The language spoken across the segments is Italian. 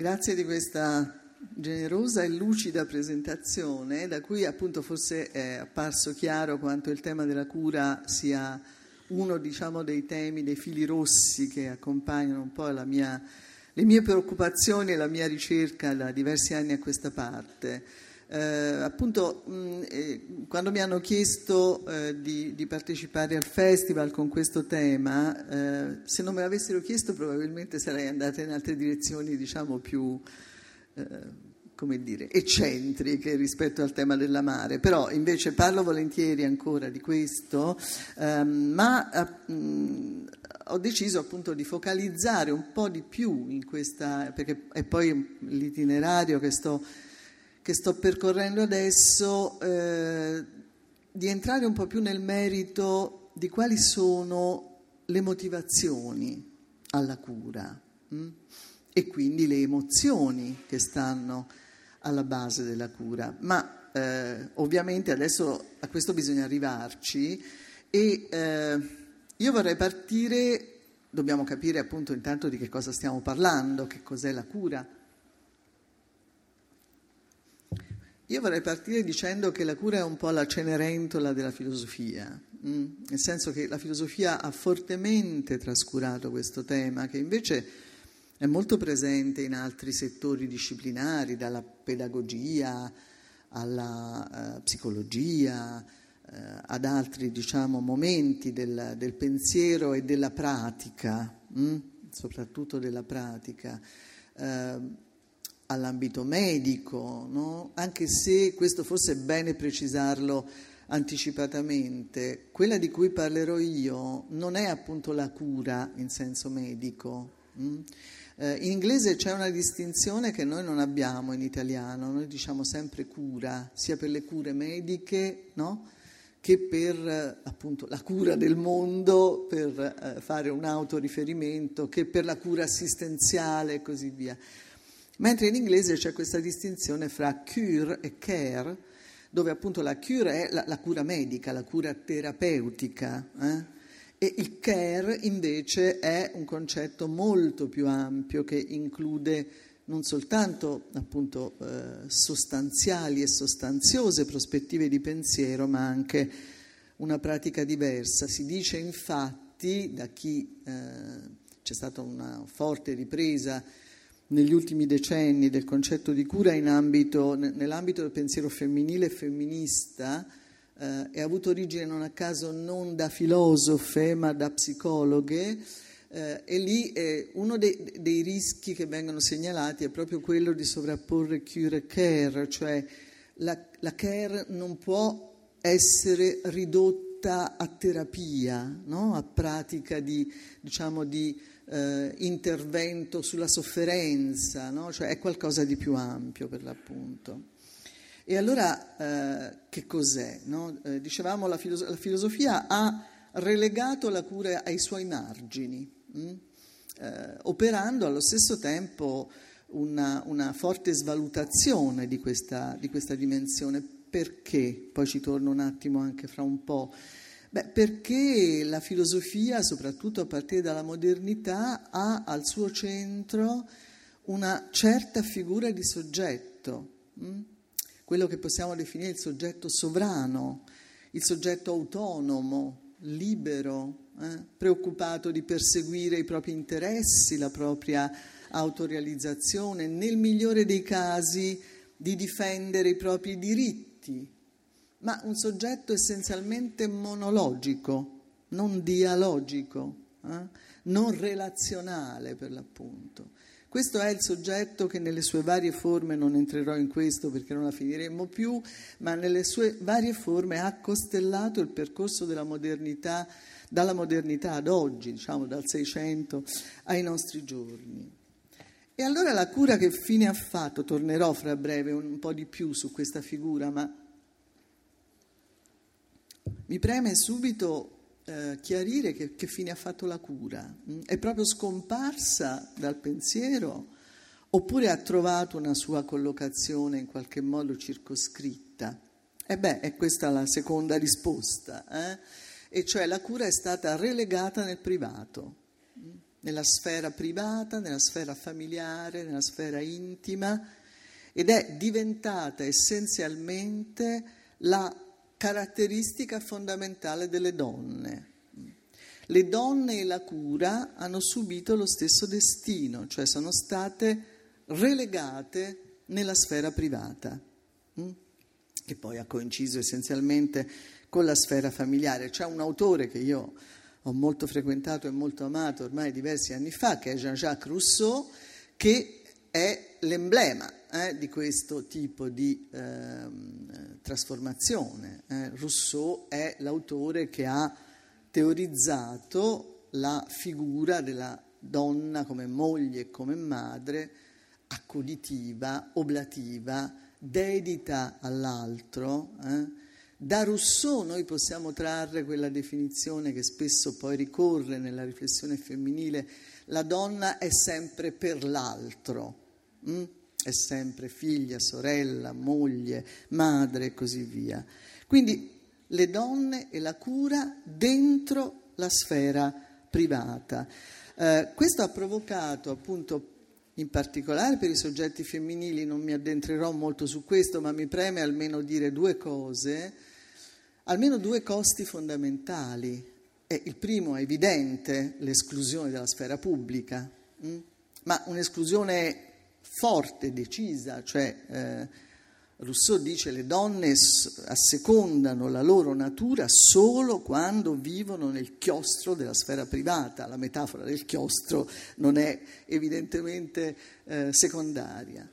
Grazie di questa generosa e lucida presentazione, da cui appunto forse è apparso chiaro quanto il tema della cura sia uno, diciamo, dei temi, dei fili rossi che accompagnano un po' le mie preoccupazioni e la mia ricerca da diversi anni a questa parte. Quando mi hanno chiesto di partecipare al festival con questo tema, se non me l'avessero chiesto probabilmente sarei andata in altre direzioni, diciamo, più come dire, eccentriche rispetto al tema dell'amare, però invece parlo volentieri ancora di questo, ma ho deciso appunto di focalizzare un po' di più in questa, perché è poi l'itinerario che sto percorrendo adesso, di entrare un po' più nel merito di quali sono le motivazioni alla cura e quindi le emozioni che stanno alla base della cura. Ma ovviamente adesso a questo bisogna arrivarci e io vorrei partire, dobbiamo capire appunto intanto di che cosa stiamo parlando, che cos'è la cura. Io vorrei partire dicendo che la cura è un po' la cenerentola della filosofia, nel senso che la filosofia ha fortemente trascurato questo tema, che invece è molto presente in altri settori disciplinari, dalla pedagogia alla psicologia, ad altri, diciamo, momenti del pensiero e della pratica, soprattutto della pratica. All'ambito medico, no? Anche se questo forse è bene precisarlo anticipatamente, quella di cui parlerò io non è appunto la cura in senso medico. In inglese c'è una distinzione che noi non abbiamo in italiano, noi diciamo sempre cura, sia per le cure mediche, no? Che per appunto la cura del mondo, per fare un autoriferimento, che per la cura assistenziale e così via. Mentre in inglese c'è questa distinzione fra cure e care, dove appunto la cure è la cura medica, la cura terapeutica, e il care invece è un concetto molto più ampio che include non soltanto appunto sostanziali e sostanziose prospettive di pensiero, ma anche una pratica diversa. Si dice infatti, da chi c'è stata una forte ripresa negli ultimi decenni del concetto di cura nell'ambito del pensiero femminile e femminista, è avuto origine non a caso non da filosofe ma da psicologhe, e lì uno dei rischi che vengono segnalati è proprio quello di sovrapporre cure e care, cioè la care non può essere ridotta a terapia, no? A pratica di, diciamo, di intervento sulla sofferenza, no? Cioè è qualcosa di più ampio per l'appunto. E allora che cos'è? No? Dicevamo la filosofia ha relegato la cura ai suoi margini, operando allo stesso tempo una forte svalutazione di questa dimensione. Perché? Poi ci torno un attimo anche fra un po'. Perché la filosofia, soprattutto a partire dalla modernità, ha al suo centro una certa figura di soggetto, quello che possiamo definire il soggetto sovrano, il soggetto autonomo, libero, preoccupato di perseguire i propri interessi, la propria autorealizzazione, nel migliore dei casi di difendere i propri diritti, ma un soggetto essenzialmente monologico, non dialogico, non relazionale per l'appunto. Questo è il soggetto che nelle sue varie forme, non entrerò in questo perché non la finiremmo più, ma nelle sue varie forme ha costellato il percorso della modernità, dalla modernità ad oggi, diciamo dal Seicento ai nostri giorni. E allora la cura che fine ha fatto? Tornerò fra breve un po' di più su questa figura, ma mi preme subito chiarire che fine ha fatto la cura. È proprio scomparsa dal pensiero oppure ha trovato una sua collocazione in qualche modo circoscritta? È questa la seconda risposta, e cioè la cura è stata relegata nel privato. nella sfera privata, nella sfera familiare, nella sfera intima, ed è diventata essenzialmente la caratteristica fondamentale delle donne. Le donne e la cura hanno subito lo stesso destino, cioè sono state relegate nella sfera privata, che poi ha coinciso essenzialmente con la sfera familiare. C'è un autore che io ho molto frequentato e molto amato ormai diversi anni fa, che è Jean-Jacques Rousseau, che è l'emblema di questo tipo di trasformazione. Rousseau è l'autore che ha teorizzato la figura della donna come moglie e come madre, accuditativa, oblativa, dedita all'altro. Da Rousseau noi possiamo trarre quella definizione che spesso poi ricorre nella riflessione femminile: la donna è sempre per l'altro, è sempre figlia, sorella, moglie, madre e così via. Quindi le donne e la cura dentro la sfera privata. Questo ha provocato appunto, in particolare per i soggetti femminili, non mi addentrerò molto su questo, ma mi preme almeno dire due cose, almeno due costi fondamentali. Il primo è evidente, l'esclusione dalla sfera pubblica, ma un'esclusione forte, decisa, cioè Rousseau dice le donne assecondano la loro natura solo quando vivono nel chiostro della sfera privata. La metafora del chiostro non è evidentemente secondaria.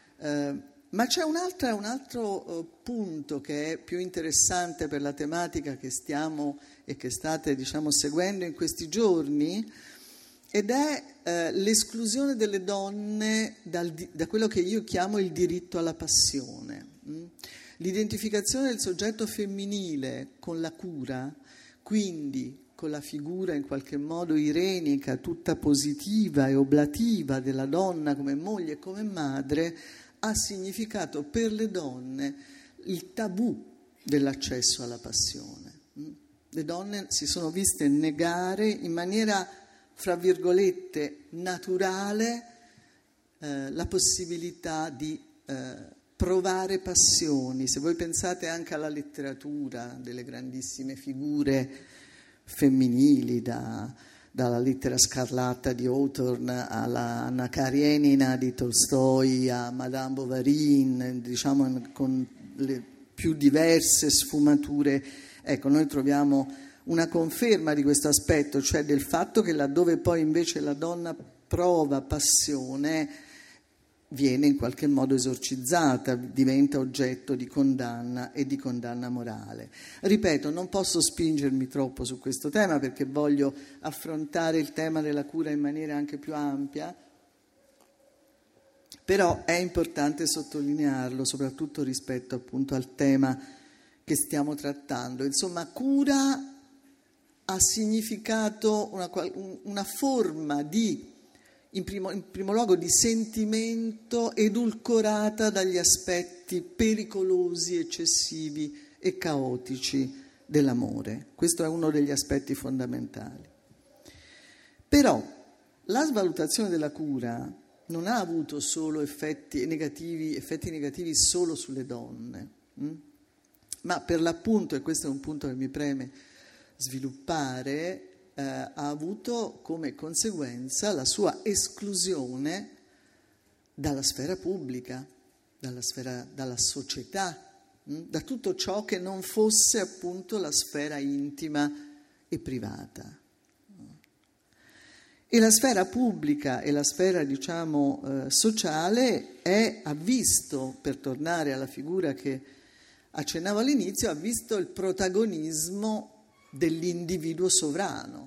Ma c'è un altro punto che è più interessante per la tematica che stiamo e che state, seguendo in questi giorni, ed è l'esclusione delle donne da quello che io chiamo il diritto alla passione. L'identificazione del soggetto femminile con la cura, quindi con la figura in qualche modo irenica, tutta positiva e oblativa della donna come moglie e come madre, ha significato per le donne il tabù dell'accesso alla passione. Le donne si sono viste negare in maniera, fra virgolette, naturale, la possibilità di provare passioni. Se voi pensate anche alla letteratura delle grandissime figure femminili, dalla Lettera scarlatta di Hawthorne alla Anna Karenina di Tolstoi a Madame Bovary, con le più diverse sfumature, ecco, noi troviamo una conferma di questo aspetto, cioè del fatto che laddove poi invece la donna prova passione viene in qualche modo esorcizzata, diventa oggetto di condanna e di condanna morale. Ripeto, non posso spingermi troppo su questo tema perché voglio affrontare il tema della cura in maniera anche più ampia, però è importante sottolinearlo, soprattutto rispetto appunto al tema che stiamo trattando. Insomma, cura ha significato una forma di, in primo luogo, di sentimento edulcorata dagli aspetti pericolosi, eccessivi e caotici dell'amore. Questo è uno degli aspetti fondamentali. Però la svalutazione della cura non ha avuto solo effetti negativi solo sulle donne, ma per l'appunto, e questo è un punto che mi preme sviluppare, ha avuto come conseguenza la sua esclusione dalla sfera pubblica, dalla società, da tutto ciò che non fosse appunto la sfera intima e privata. E la sfera pubblica e la sfera, sociale ha visto, per tornare alla figura che accennavo all'inizio, ha visto il protagonismo dell'individuo sovrano.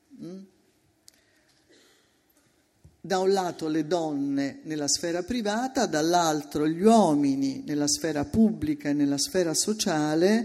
Da un lato le donne nella sfera privata, dall'altro gli uomini nella sfera pubblica e nella sfera sociale,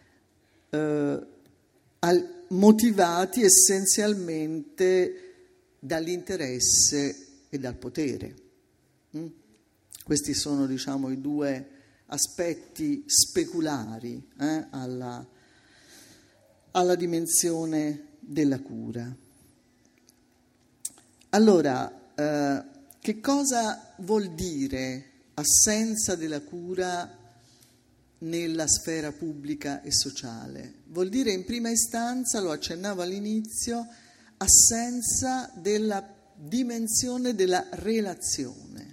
motivati essenzialmente dall'interesse e dal potere. Questi sono, i due aspetti speculari alla dimensione della cura. Allora, che cosa vuol dire assenza della cura nella sfera pubblica e sociale? Vuol dire in prima istanza, lo accennavo all'inizio, assenza della dimensione della relazione.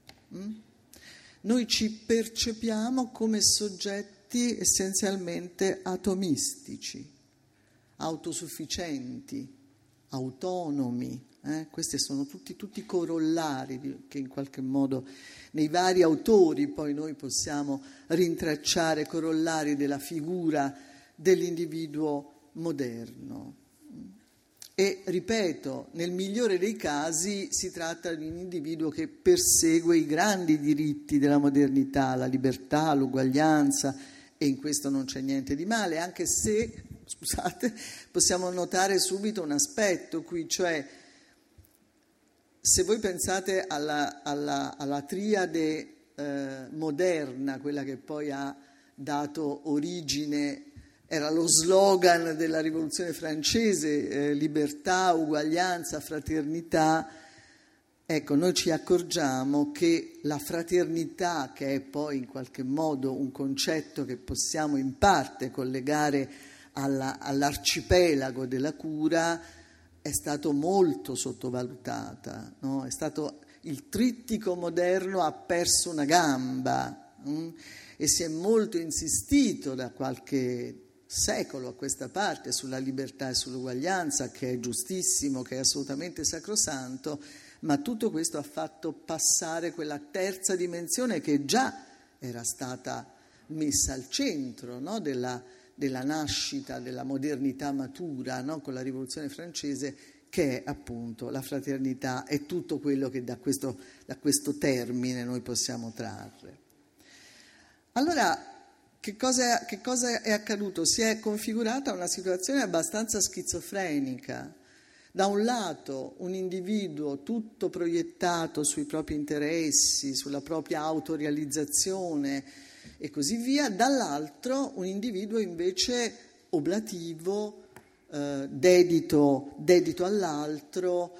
Noi ci percepiamo come soggetti essenzialmente atomistici, autosufficienti, autonomi. Questi sono tutti corollari che in qualche modo nei vari autori poi noi possiamo rintracciare corollari della figura dell'individuo moderno. E, ripeto, nel migliore dei casi si tratta di un individuo che persegue i grandi diritti della modernità, la libertà, l'uguaglianza, e in questo non c'è niente di male, anche se, scusate, possiamo notare subito un aspetto qui, cioè se voi pensate alla triade moderna, quella che poi ha dato origine, era lo slogan della rivoluzione francese, libertà, uguaglianza, fraternità. Ecco, noi ci accorgiamo che la fraternità, che è poi in qualche modo un concetto che possiamo in parte collegare all'arcipelago della cura, è stato molto sottovalutata, no? È stato il trittico moderno ha perso una gamba e si è molto insistito da qualche secolo a questa parte sulla libertà e sull'uguaglianza, che è giustissimo, che è assolutamente sacrosanto, ma tutto questo ha fatto passare quella terza dimensione che già era stata messa al centro, no? della nascita della modernità matura, no? Con la rivoluzione francese, che è appunto la fraternità e tutto quello che da questo termine noi possiamo trarre. Allora, che cosa è accaduto? Si è configurata una situazione abbastanza schizofrenica. Da un lato un individuo tutto proiettato sui propri interessi, sulla propria autorealizzazione e così via, dall'altro un individuo invece oblativo, dedito all'altro,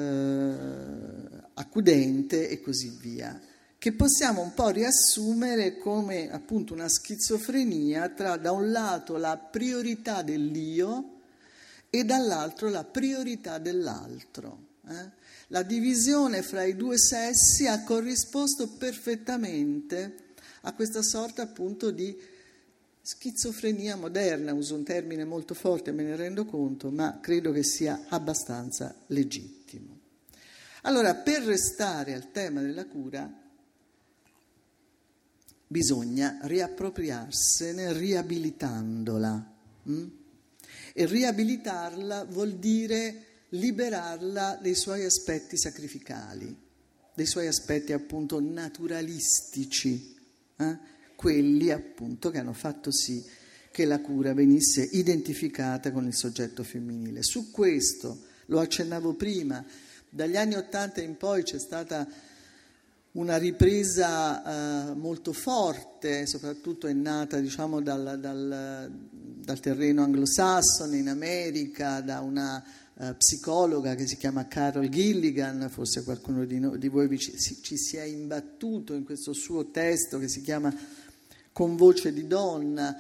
accudente e così via, che possiamo un po' riassumere come appunto una schizofrenia tra da un lato la priorità dell'io e dall'altro la priorità dell'altro. La divisione fra i due sessi ha corrisposto perfettamente a questa sorta appunto di schizofrenia moderna, uso un termine molto forte, me ne rendo conto, ma credo che sia abbastanza legittimo. Allora, per restare al tema della cura, bisogna riappropriarsene riabilitandola. E riabilitarla vuol dire liberarla dei suoi aspetti sacrificali, dei suoi aspetti appunto naturalistici, quelli appunto che hanno fatto sì che la cura venisse identificata con il soggetto femminile. Su questo, lo accennavo prima, dagli anni '80 in poi c'è stata una ripresa molto forte, soprattutto è nata diciamo dal terreno anglosassone in America, da una psicologa che si chiama Carol Gilligan, forse qualcuno di voi ci si è imbattuto in questo suo testo che si chiama Con voce di donna,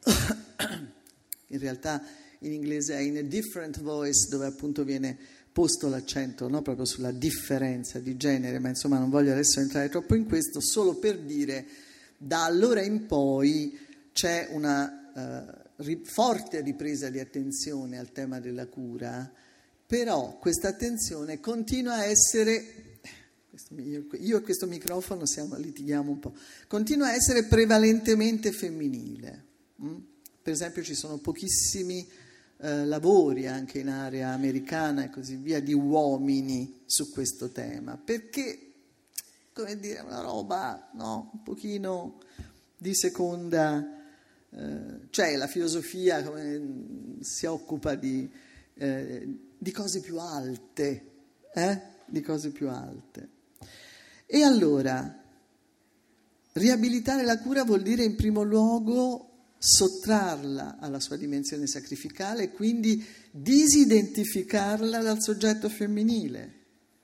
in realtà in inglese è In a Different Voice, dove appunto viene posto l'accento, no, proprio sulla differenza di genere, ma insomma non voglio adesso entrare troppo in questo, solo per dire da allora in poi c'è una forte ripresa di attenzione al tema della cura, però questa attenzione continua a essere, io e questo microfono litighiamo un po', continua a essere prevalentemente femminile. Per esempio ci sono pochissimi lavori anche in area americana e così via di uomini su questo tema, perché, come dire, è una roba, no? Un pochino di seconda, cioè la filosofia come si occupa di cose più alte, di cose più alte. E allora, riabilitare la cura vuol dire in primo luogo sottrarla alla sua dimensione sacrificale e quindi disidentificarla dal soggetto femminile.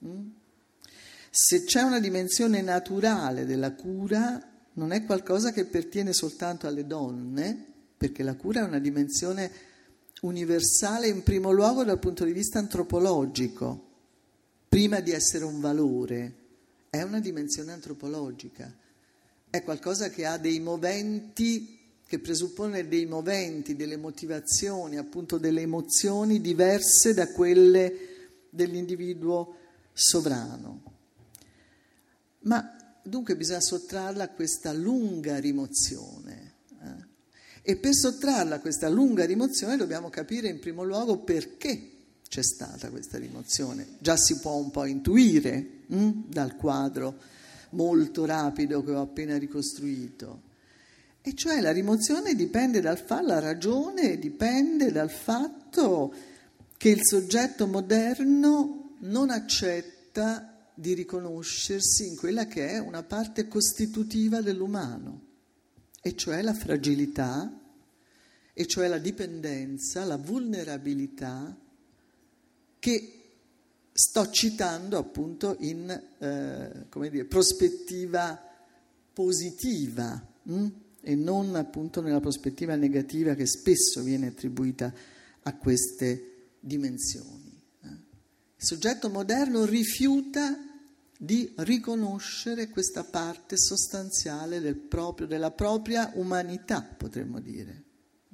Se c'è una dimensione naturale della cura, non è qualcosa che pertiene soltanto alle donne, perché la cura è una dimensione universale in primo luogo dal punto di vista antropologico, prima di essere un valore, è una dimensione antropologica, è qualcosa che ha dei moventi, che presuppone dei moventi, delle motivazioni, appunto delle emozioni diverse da quelle dell'individuo sovrano. Ma dunque bisogna sottrarla a questa lunga rimozione. E per sottrarla a questa lunga rimozione dobbiamo capire in primo luogo perché c'è stata questa rimozione. Già si può un po' intuire dal quadro molto rapido che ho appena ricostruito. E cioè la rimozione dipende la ragione dipende dal fatto che il soggetto moderno non accetta di riconoscersi in quella che è una parte costitutiva dell'umano, e cioè la fragilità, e cioè la dipendenza, la vulnerabilità, che sto citando appunto in prospettiva positiva, e non appunto nella prospettiva negativa che spesso viene attribuita a queste dimensioni. Il soggetto moderno rifiuta di riconoscere questa parte sostanziale della propria umanità, potremmo dire.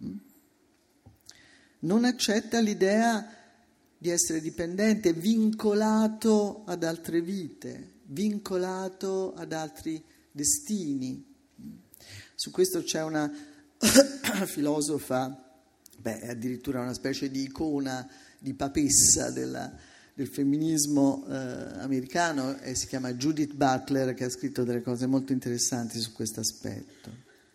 Non accetta l'idea di essere dipendente, vincolato ad altre vite, vincolato ad altri destini. Su questo c'è una filosofa, addirittura una specie di icona, di papessa del femminismo americano, e si chiama Judith Butler, che ha scritto delle cose molto interessanti su questo aspetto.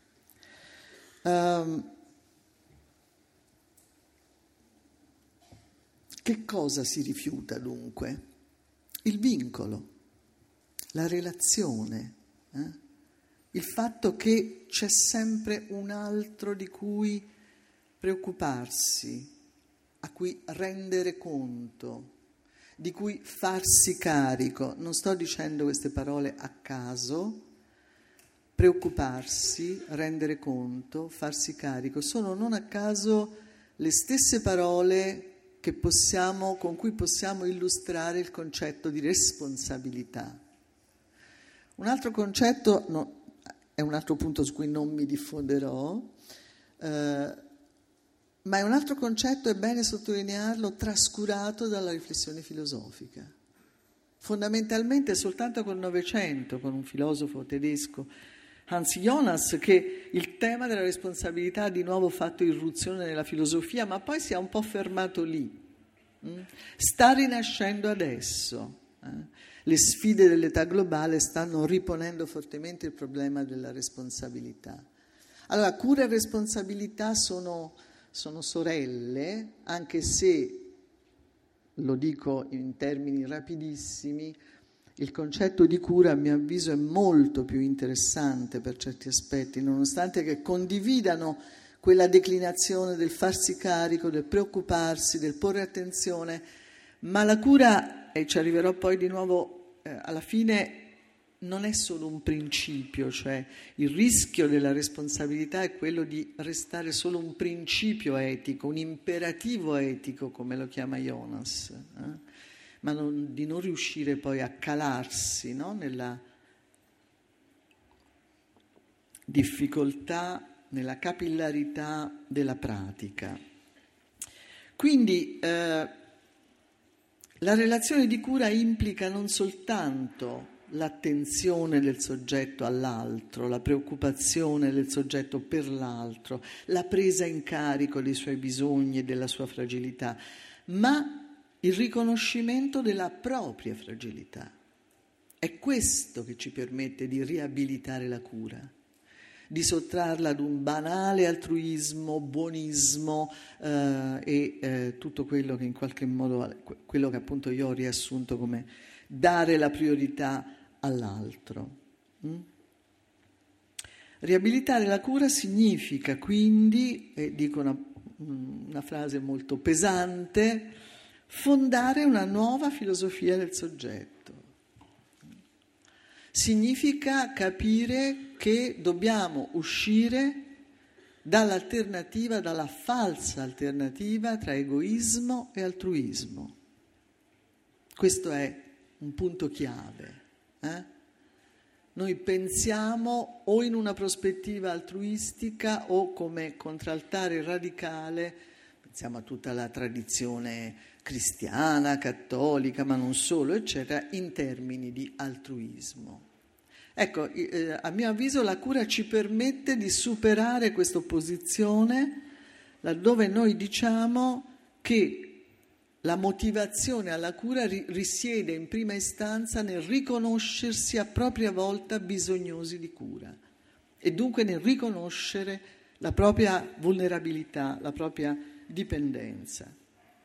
Che cosa si rifiuta dunque? Il vincolo, la relazione, il fatto che c'è sempre un altro di cui preoccuparsi, a cui rendere conto, di cui farsi carico. Non sto dicendo queste parole a caso. Preoccuparsi, rendere conto, farsi carico, sono non a caso le stesse parole con cui possiamo illustrare il concetto di responsabilità. Un altro concetto, è un altro punto su cui non mi diffonderò, ma è un altro concetto, è bene sottolinearlo, trascurato dalla riflessione filosofica. Fondamentalmente soltanto col Novecento, con un filosofo tedesco, Hans Jonas, che il tema della responsabilità ha di nuovo fatto irruzione nella filosofia, ma poi si è un po' fermato lì. Sta rinascendo adesso. Le sfide dell'età globale stanno riponendo fortemente il problema della responsabilità. Allora, cura e responsabilità sono sorelle, anche se, lo dico in termini rapidissimi, il concetto di cura, a mio avviso, è molto più interessante per certi aspetti, nonostante che condividano quella declinazione del farsi carico, del preoccuparsi, del porre attenzione, ma la cura, e ci arriverò poi di nuovo alla fine, non è solo un principio, cioè il rischio della responsabilità è quello di restare solo un principio etico, un imperativo etico, come lo chiama Jonas, ma di non riuscire poi a calarsi, no? Nella difficoltà, nella capillarità della pratica. Quindi la relazione di cura implica non soltanto l'attenzione del soggetto all'altro, la preoccupazione del soggetto per l'altro, la presa in carico dei suoi bisogni e della sua fragilità, ma il riconoscimento della propria fragilità. È questo che ci permette di riabilitare la cura, di sottrarla ad un banale altruismo, buonismo e tutto quello che in qualche modo, quello che appunto io ho riassunto come dare la priorità all'altro. Riabilitare la cura significa quindi, e dico una frase molto pesante, fondare una nuova filosofia del soggetto. Significa capire che dobbiamo uscire dall'alternativa, dalla falsa alternativa tra egoismo e altruismo. Questo è un punto chiave. Noi pensiamo o in una prospettiva altruistica o come contraltare radicale, pensiamo a tutta la tradizione cristiana, cattolica, ma non solo, eccetera, in termini di altruismo. Ecco, a mio avviso la cura ci permette di superare questa opposizione laddove noi diciamo che la motivazione alla cura risiede in prima istanza nel riconoscersi a propria volta bisognosi di cura e dunque nel riconoscere la propria vulnerabilità, la propria dipendenza.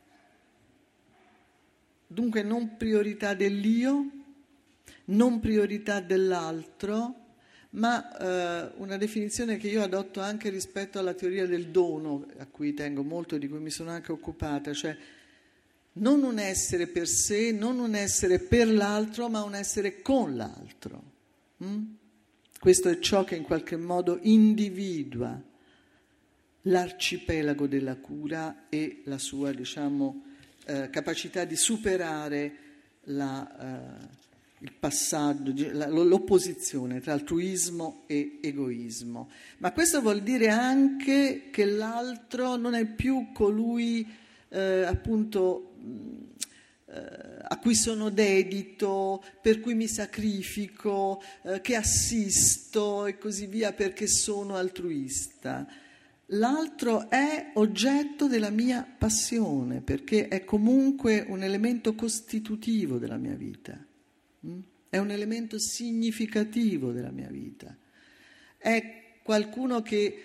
Dunque non priorità dell'io, non priorità dell'altro, ma una definizione che io adotto anche rispetto alla teoria del dono, a cui tengo molto e di cui mi sono anche occupata, cioè non un essere per sé, non un essere per l'altro, ma un essere con l'altro. Questo è ciò che in qualche modo individua l'arcipelago della cura e la sua, capacità di superare il passaggio, l'opposizione tra altruismo e egoismo. Ma questo vuol dire anche che l'altro non è più colui a cui sono dedito, per cui mi sacrifico, che assisto e così via perché sono altruista. L'altro è oggetto della mia passione, perché è comunque un elemento costitutivo della mia vita, è un elemento significativo della mia vita, è qualcuno che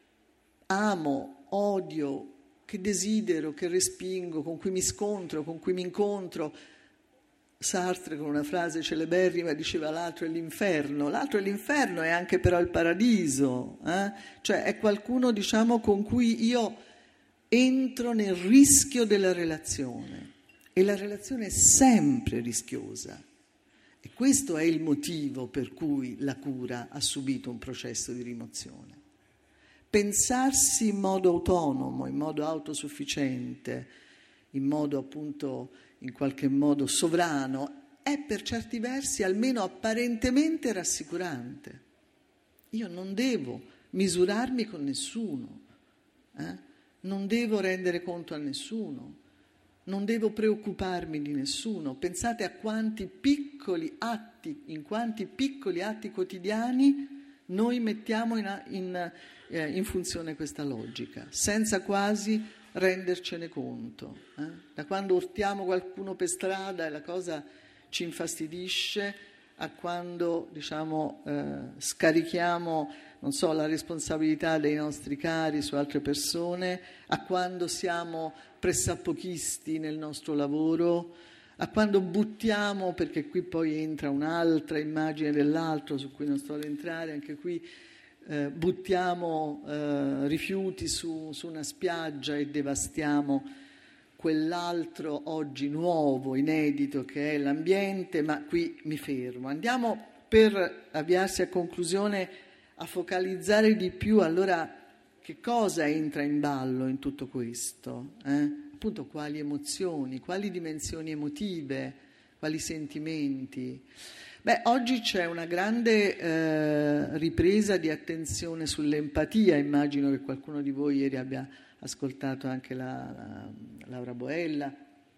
amo, odio, che desidero, che respingo, con cui mi scontro, con cui mi incontro. Sartre, con una frase celeberrima, diceva l'altro è l'inferno è anche però il paradiso, cioè è qualcuno, con cui io entro nel rischio della relazione e la relazione è sempre rischiosa e questo è il motivo per cui la cura ha subito un processo di rimozione. Pensarsi in modo autonomo, in modo autosufficiente, in modo appunto in qualche modo sovrano, è per certi versi almeno apparentemente rassicurante. Io non devo misurarmi con nessuno, non devo rendere conto a nessuno, non devo preoccuparmi di nessuno. Pensate a quanti piccoli atti quotidiani noi mettiamo in funzione questa logica, senza quasi rendercene conto. Da quando urtiamo qualcuno per strada e la cosa ci infastidisce, a quando scarichiamo, la responsabilità dei nostri cari su altre persone, a quando siamo pressappochisti nel nostro lavoro, a quando buttiamo, perché qui poi entra un'altra immagine dell'altro su cui non sto ad entrare, anche qui buttiamo rifiuti su una spiaggia e devastiamo quell'altro oggi nuovo, inedito che è l'ambiente, ma qui mi fermo. Andiamo, per avviarsi a conclusione, a focalizzare di più allora che cosa entra in ballo in tutto questo, appunto quali emozioni, quali dimensioni emotive, quali sentimenti. Oggi c'è una grande ripresa di attenzione sull'empatia, immagino che qualcuno di voi ieri abbia ascoltato anche la Laura Boella,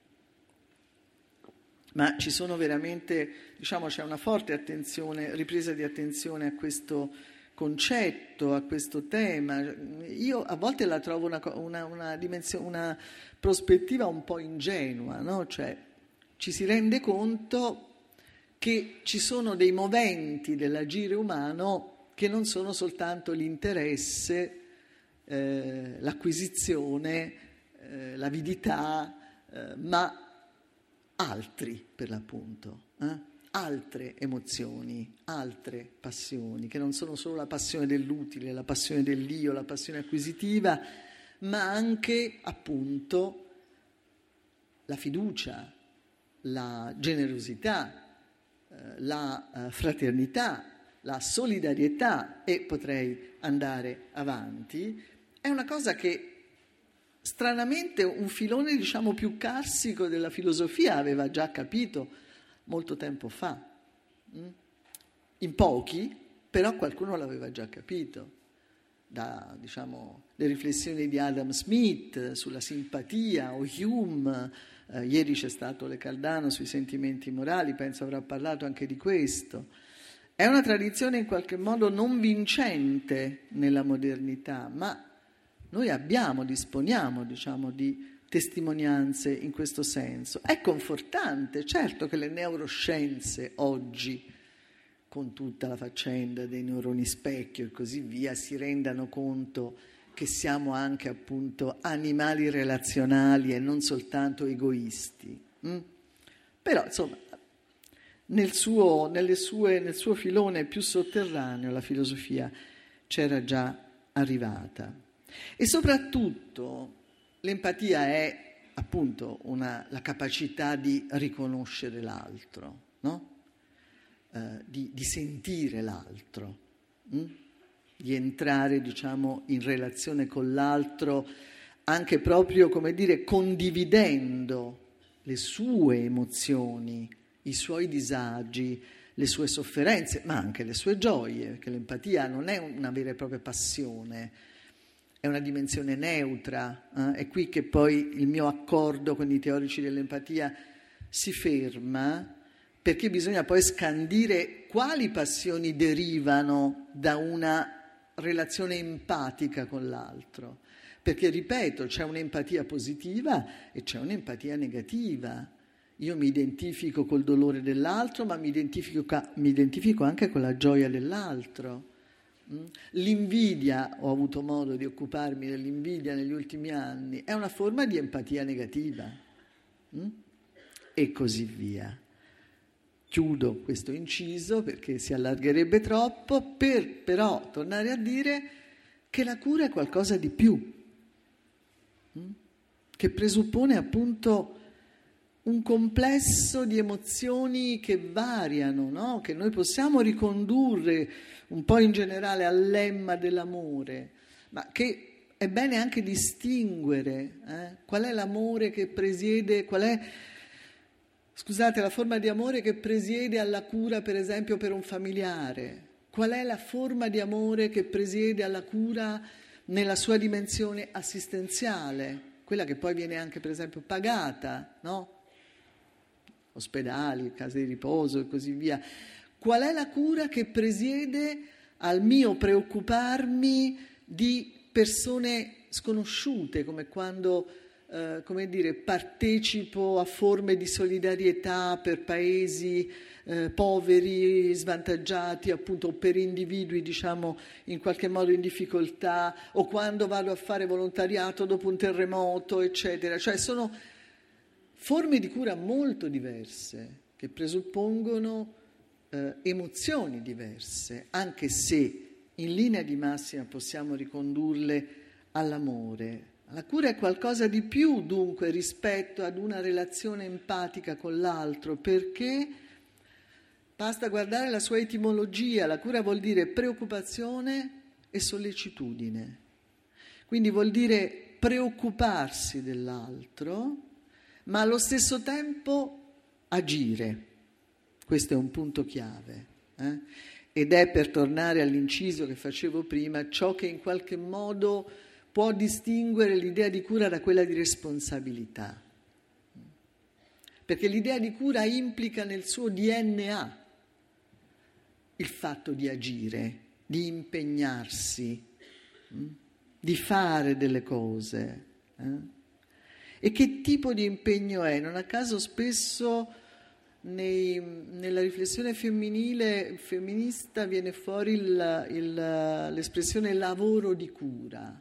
ma ci sono veramente, c'è una forte attenzione, ripresa di attenzione a questo concetto, a questo tema. Io a volte la trovo una prospettiva un po' ingenua, no? Cioè ci si rende conto che ci sono dei moventi dell'agire umano che non sono soltanto l'interesse, l'acquisizione, l'avidità, ma altri per l'appunto, altre emozioni, altre passioni, che non sono solo la passione dell'utile, la passione dell'io, la passione acquisitiva, ma anche appunto la fiducia, la generosità, la fraternità, la solidarietà, e potrei andare avanti, è una cosa che stranamente un filone, diciamo, più carsico della filosofia aveva già capito molto tempo fa. In pochi, però qualcuno l'aveva già capito. Da, diciamo, le riflessioni di Adam Smith sulla simpatia, o Hume, ieri c'è stato Le Cardano sui sentimenti morali, penso avrà parlato anche di questo. È una tradizione in qualche modo non vincente nella modernità, ma noi disponiamo, diciamo, di testimonianze in questo senso. È confortante, certo, che le neuroscienze oggi, con tutta la faccenda dei neuroni specchio e così via, si rendano conto che siamo anche appunto animali relazionali e non soltanto egoisti. Però insomma nel suo filone più sotterraneo la filosofia c'era già arrivata. E soprattutto l'empatia è appunto la capacità di riconoscere l'altro, no? Di sentire l'altro, di entrare, diciamo, in relazione con l'altro anche proprio, come dire, condividendo le sue emozioni, i suoi disagi, le sue sofferenze, ma anche le sue gioie, perché l'empatia non è una vera e propria passione, è una dimensione neutra. È qui che poi il mio accordo con i teorici dell'empatia si ferma, perché bisogna poi scandire quali passioni derivano da una relazione empatica con l'altro. Perché, ripeto, c'è un'empatia positiva e c'è un'empatia negativa. Io mi identifico col dolore dell'altro, ma mi identifico anche con la gioia dell'altro. L'invidia, ho avuto modo di occuparmi dell'invidia negli ultimi anni, è una forma di empatia negativa. E così via. Chiudo questo inciso perché si allargherebbe troppo, per però tornare a dire che la cura è qualcosa di più, che presuppone appunto un complesso di emozioni che variano, no? Che noi possiamo ricondurre un po' in generale al lemma dell'amore, ma che è bene anche distinguere qual è l'amore che presiede, la forma di amore che presiede alla cura, per esempio, per un familiare. Qual è la forma di amore che presiede alla cura nella sua dimensione assistenziale, quella che poi viene anche, per esempio, pagata, no? Ospedali, case di riposo e così via. Qual è la cura che presiede al mio preoccuparmi di persone sconosciute, come quando partecipo a forme di solidarietà per paesi poveri, svantaggiati, appunto, per individui, diciamo, in qualche modo in difficoltà, o quando vado a fare volontariato dopo un terremoto, eccetera. Cioè sono forme di cura molto diverse, che presuppongono emozioni diverse, anche se in linea di massima possiamo ricondurle all'amore. La cura è qualcosa di più, dunque, rispetto ad una relazione empatica con l'altro, perché basta guardare la sua etimologia. La cura vuol dire preoccupazione e sollecitudine. Quindi vuol dire preoccuparsi dell'altro, ma allo stesso tempo agire. Questo è un punto chiave. Ed è, per tornare all'inciso che facevo prima, ciò che in qualche modo può distinguere l'idea di cura da quella di responsabilità. Perché l'idea di cura implica nel suo DNA il fatto di agire, di impegnarsi, di fare delle cose. E che tipo di impegno è? Non a caso spesso nella riflessione femminista viene fuori l'espressione lavoro di cura.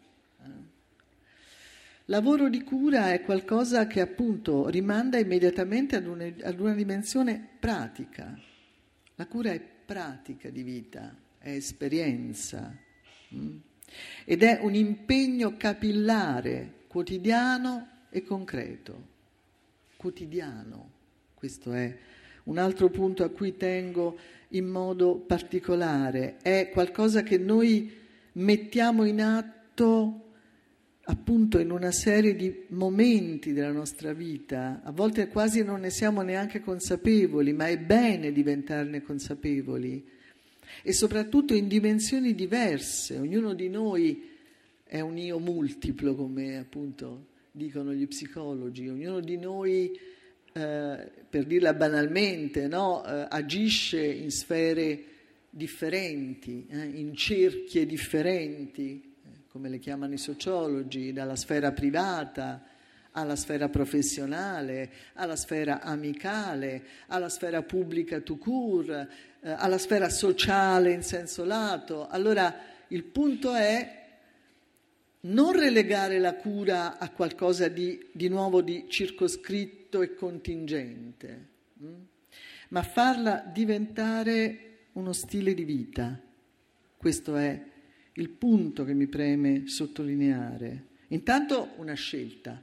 Lavoro di cura è qualcosa che appunto rimanda immediatamente ad una dimensione pratica. La cura è pratica di vita, è esperienza, ed è un impegno capillare, quotidiano e concreto. quotidiano. Questo è un altro punto a cui tengo in modo particolare. È qualcosa che noi mettiamo in atto appunto in una serie di momenti della nostra vita. A volte quasi non ne siamo neanche consapevoli, ma è bene diventarne consapevoli. E soprattutto in dimensioni diverse. Ognuno di noi è un io multiplo, come appunto dicono gli psicologi. Ognuno di noi, per dirla banalmente, no? Agisce in sfere differenti, in cerchie differenti, come le chiamano i sociologi, dalla sfera privata alla sfera professionale, alla sfera amicale, alla sfera pubblica tout court, alla sfera sociale in senso lato. Allora il punto è non relegare la cura a qualcosa di nuovo di circoscritto e contingente, ma farla diventare uno stile di vita. Questo è il punto che mi preme sottolineare. Intanto una scelta,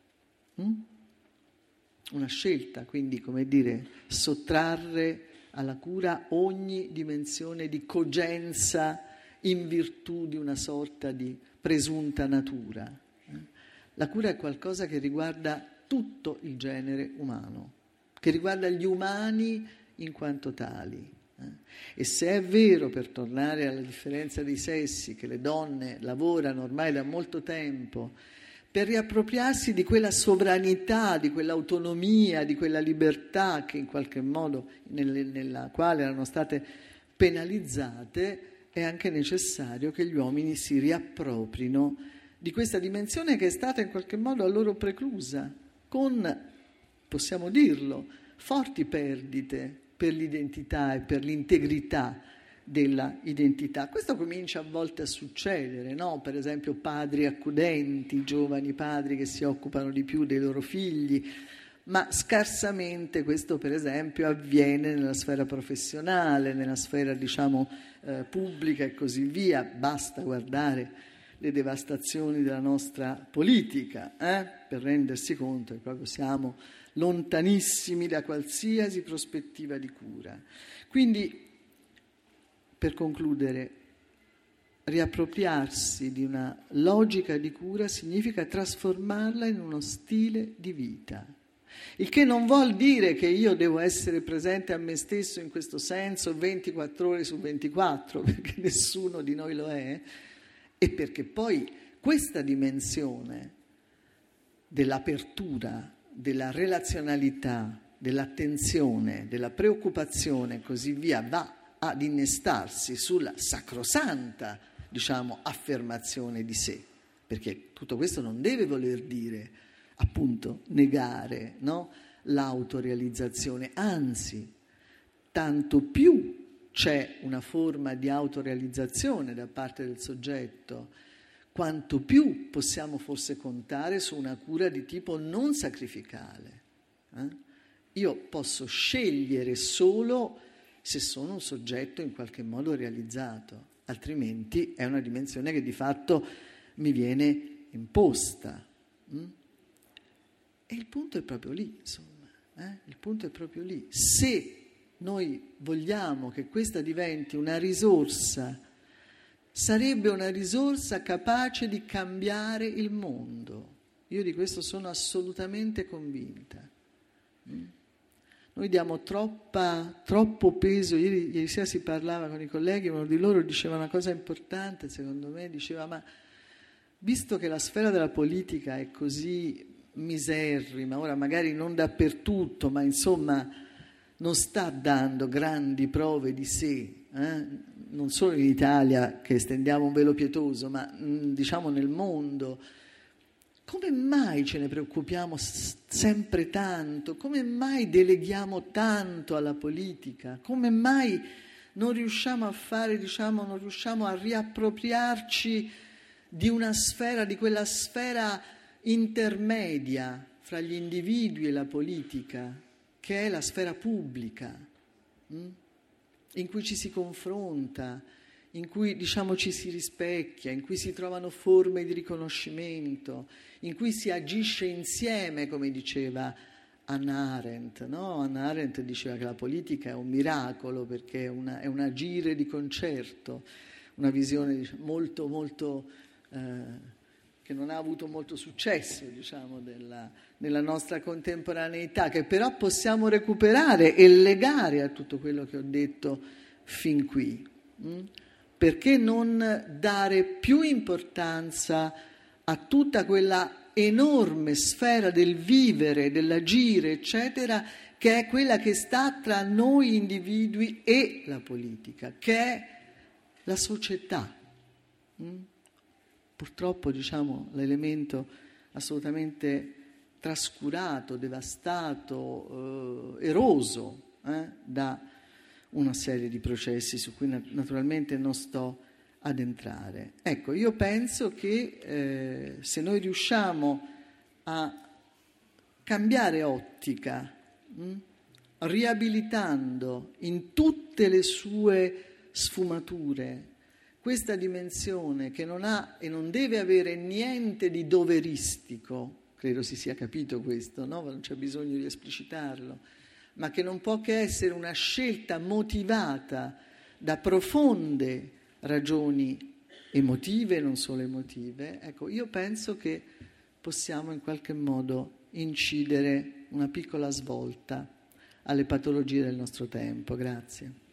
quindi come dire, sottrarre alla cura ogni dimensione di cogenza in virtù di una sorta di presunta natura. La cura è qualcosa che riguarda tutto il genere umano, che riguarda gli umani in quanto tali. E se è vero, per tornare alla differenza dei sessi, che le donne lavorano ormai da molto tempo per riappropriarsi di quella sovranità, di quell'autonomia, di quella libertà che in qualche modo nella quale erano state penalizzate, è anche necessario che gli uomini si riapproprino di questa dimensione che è stata in qualche modo a loro preclusa, con, possiamo dirlo, forti perdite per l'identità e per l'integrità della identità. Questo comincia a volte a succedere, no? Per esempio padri accudenti, giovani padri che si occupano di più dei loro figli, ma scarsamente questo per esempio avviene nella sfera professionale, nella sfera pubblica e così via. Basta guardare le devastazioni della nostra politica per rendersi conto che proprio siamo lontanissimi da qualsiasi prospettiva di cura. Quindi, per concludere, riappropriarsi di una logica di cura significa trasformarla in uno stile di vita. Il che non vuol dire che io devo essere presente a me stesso in questo senso 24 ore su 24, perché nessuno di noi lo è, e perché poi questa dimensione dell'apertura, della relazionalità, dell'attenzione, della preoccupazione e così via va ad innestarsi sulla sacrosanta, affermazione di sé, perché tutto questo non deve voler dire appunto negare, no? L'autorealizzazione, anzi, tanto più c'è una forma di autorealizzazione da parte del soggetto, quanto più possiamo forse contare su una cura di tipo non sacrificale. Io posso scegliere solo se sono un soggetto in qualche modo realizzato, altrimenti è una dimensione che di fatto mi viene imposta. E il punto è proprio lì, insomma, il punto è proprio lì. Se noi vogliamo che questa diventi una risorsa, sarebbe una risorsa capace di cambiare il mondo. Io di questo sono assolutamente convinta. Noi diamo troppo peso. Ieri sera si parlava con i colleghi, uno di loro diceva una cosa importante, secondo me, diceva: ma visto che la sfera della politica è così miserrima, ora magari non dappertutto, ma insomma non sta dando grandi prove di sé, non solo in Italia che stendiamo un velo pietoso, ma nel mondo, come mai ce ne preoccupiamo sempre tanto? Come mai deleghiamo tanto alla politica? Come mai non riusciamo a fare, non riusciamo a riappropriarci di una sfera, di quella sfera intermedia fra gli individui e la politica, che è la sfera pubblica, in cui ci si confronta, in cui ci si rispecchia, in cui si trovano forme di riconoscimento, in cui si agisce insieme, come diceva Hannah Arendt, no? Hannah Arendt diceva che la politica è un miracolo perché è un agire di concerto, una visione molto, molto che non ha avuto molto successo, diciamo, nella nostra contemporaneità, che però possiamo recuperare e legare a tutto quello che ho detto fin qui. Perché non dare più importanza a tutta quella enorme sfera del vivere, dell'agire, eccetera, che è quella che sta tra noi individui e la politica, che è la società. Purtroppo, diciamo, l'elemento assolutamente trascurato, devastato, eroso da una serie di processi su cui naturalmente non sto ad entrare. Ecco, io penso che se noi riusciamo a cambiare ottica, riabilitando in tutte le sue sfumature questa dimensione che non ha e non deve avere niente di doveristico, credo si sia capito questo, no? Non c'è bisogno di esplicitarlo, ma che non può che essere una scelta motivata da profonde ragioni emotive, non solo emotive. Ecco, io penso che possiamo in qualche modo incidere una piccola svolta alle patologie del nostro tempo. Grazie.